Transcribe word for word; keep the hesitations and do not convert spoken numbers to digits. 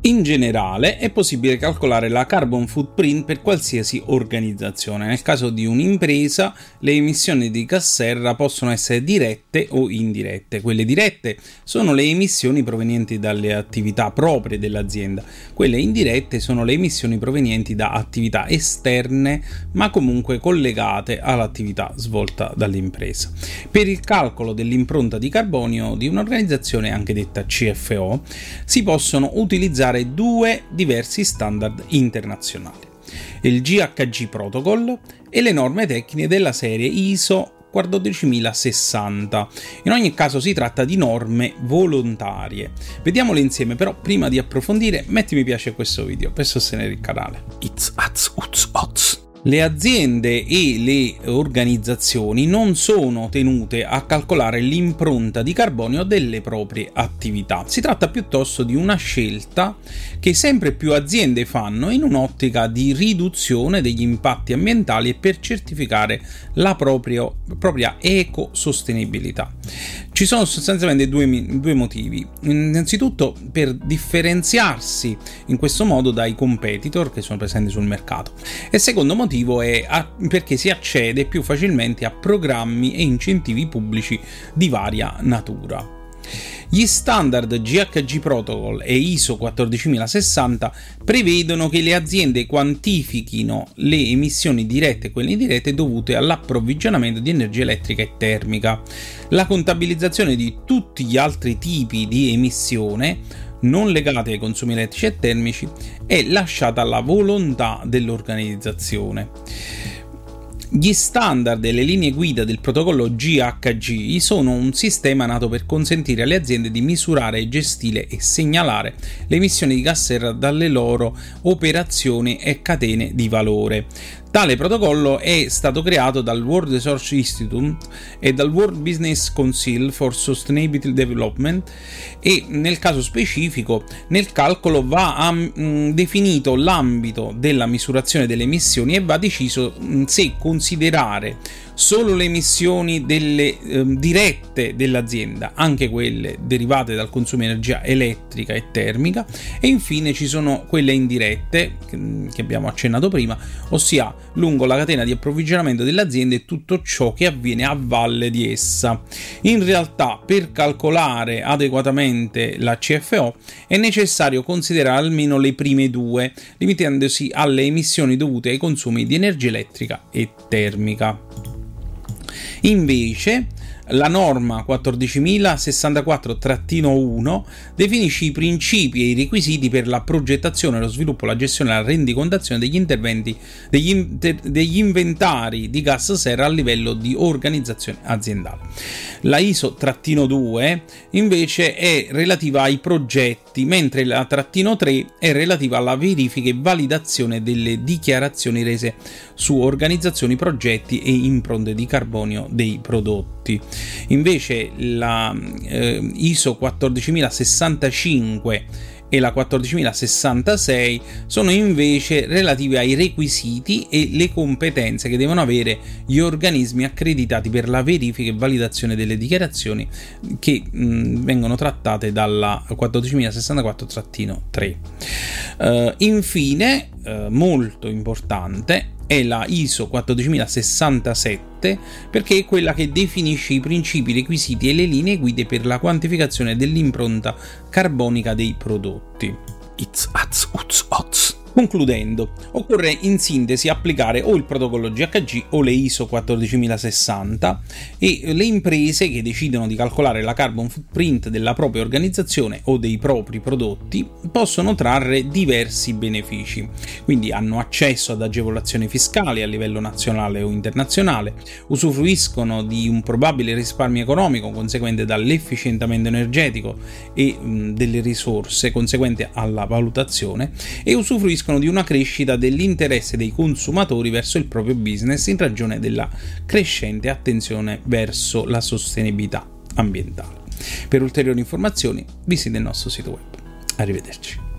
In generale è possibile calcolare la carbon footprint per qualsiasi organizzazione. Nel caso di un'impresa, le emissioni di gas serra possono essere dirette o indirette. Quelle dirette sono le emissioni provenienti dalle attività proprie dell'azienda. Quelle indirette sono le emissioni provenienti da attività esterne, ma comunque collegate all'attività svolta dall'impresa. Per il calcolo dell'impronta di carbonio di un'organizzazione, anche detta C F O, si possono utilizzare due diversi standard internazionali: il G H G Protocol e le norme tecniche della serie I S O quattordicimila-sessanta. In ogni caso si tratta di norme volontarie. Vediamole insieme, però prima di approfondire metti mi piace a questo video per sostenere il canale. It's az, uz, oz. Le aziende e le organizzazioni non sono tenute a calcolare l'impronta di carbonio delle proprie attività. Si tratta piuttosto di una scelta che sempre più aziende fanno in un'ottica di riduzione degli impatti ambientali e per certificare la proprio, propria ecosostenibilità. Ci sono sostanzialmente due, due motivi. Innanzitutto per differenziarsi in questo modo dai competitor che sono presenti sul mercato, e secondo motivo è perché si accede più facilmente a programmi e incentivi pubblici di varia natura. Gli standard G H G Protocol e I S O quattordicimila-sessanta prevedono che le aziende quantifichino le emissioni dirette e quelle indirette dovute all'approvvigionamento di energia elettrica e termica. La contabilizzazione di tutti gli altri tipi di emissione non legate ai consumi elettrici e termici è lasciata alla volontà dell'organizzazione. Gli standard e le linee guida del protocollo G H G sono un sistema nato per consentire alle aziende di misurare, gestire e segnalare le emissioni di gas serra dalle loro operazioni e catene di valore. Tale protocollo è stato creato dal World Resources Institute e dal World Business Council for Sustainable Development e nel caso specifico nel calcolo va a, mh, definito l'ambito della misurazione delle emissioni e va deciso mh, se considerare solo le emissioni delle eh, dirette dell'azienda, anche quelle derivate dal consumo di energia elettrica e termica, e infine ci sono quelle indirette che, che abbiamo accennato prima, ossia lungo la catena di approvvigionamento dell'azienda e tutto ciò che avviene a valle di essa. In realtà, per calcolare adeguatamente la C F O è necessario considerare almeno le prime due, limitandosi alle emissioni dovute ai consumi di energia elettrica e termica. Invece, la norma quattordicimila-sessantaquattro uno definisce i principi e i requisiti per la progettazione, lo sviluppo, la gestione e la rendicontazione degli interventi degli, inter, degli inventari di gas serra a livello di organizzazione aziendale. La I S O due invece è relativa ai progetti, mentre la trattino tre è relativa alla verifica e validazione delle dichiarazioni rese su organizzazioni, progetti e impronte di carbonio dei prodotti. Invece la eh, I S O quattordicimila-sessantacinque e la quattordicimila-sessantasei sono invece relative ai requisiti e le competenze che devono avere gli organismi accreditati per la verifica e validazione delle dichiarazioni che mh, vengono trattate dalla quattordicimila-sessantaquattro tre. Uh, infine, uh, molto importante, è la I S O quattordicimila-sessantasette perché è quella che definisce i principi, i requisiti e le linee guida per la quantificazione dell'impronta carbonica dei prodotti. It's az, uz, oz. Concludendo, occorre in sintesi applicare o il protocollo G H G o le I S O quattordicimila-sessanta e le imprese che decidono di calcolare la carbon footprint della propria organizzazione o dei propri prodotti possono trarre diversi benefici. Quindi hanno accesso ad agevolazioni fiscali a livello nazionale o internazionale, usufruiscono di un probabile risparmio economico conseguente dall'efficientamento energetico e mh, delle risorse conseguente alla valutazione e usufruiscono di una crescita dell'interesse dei consumatori verso il proprio business in ragione della crescente attenzione verso la sostenibilità ambientale. Per ulteriori informazioni visita il nostro sito web. Arrivederci.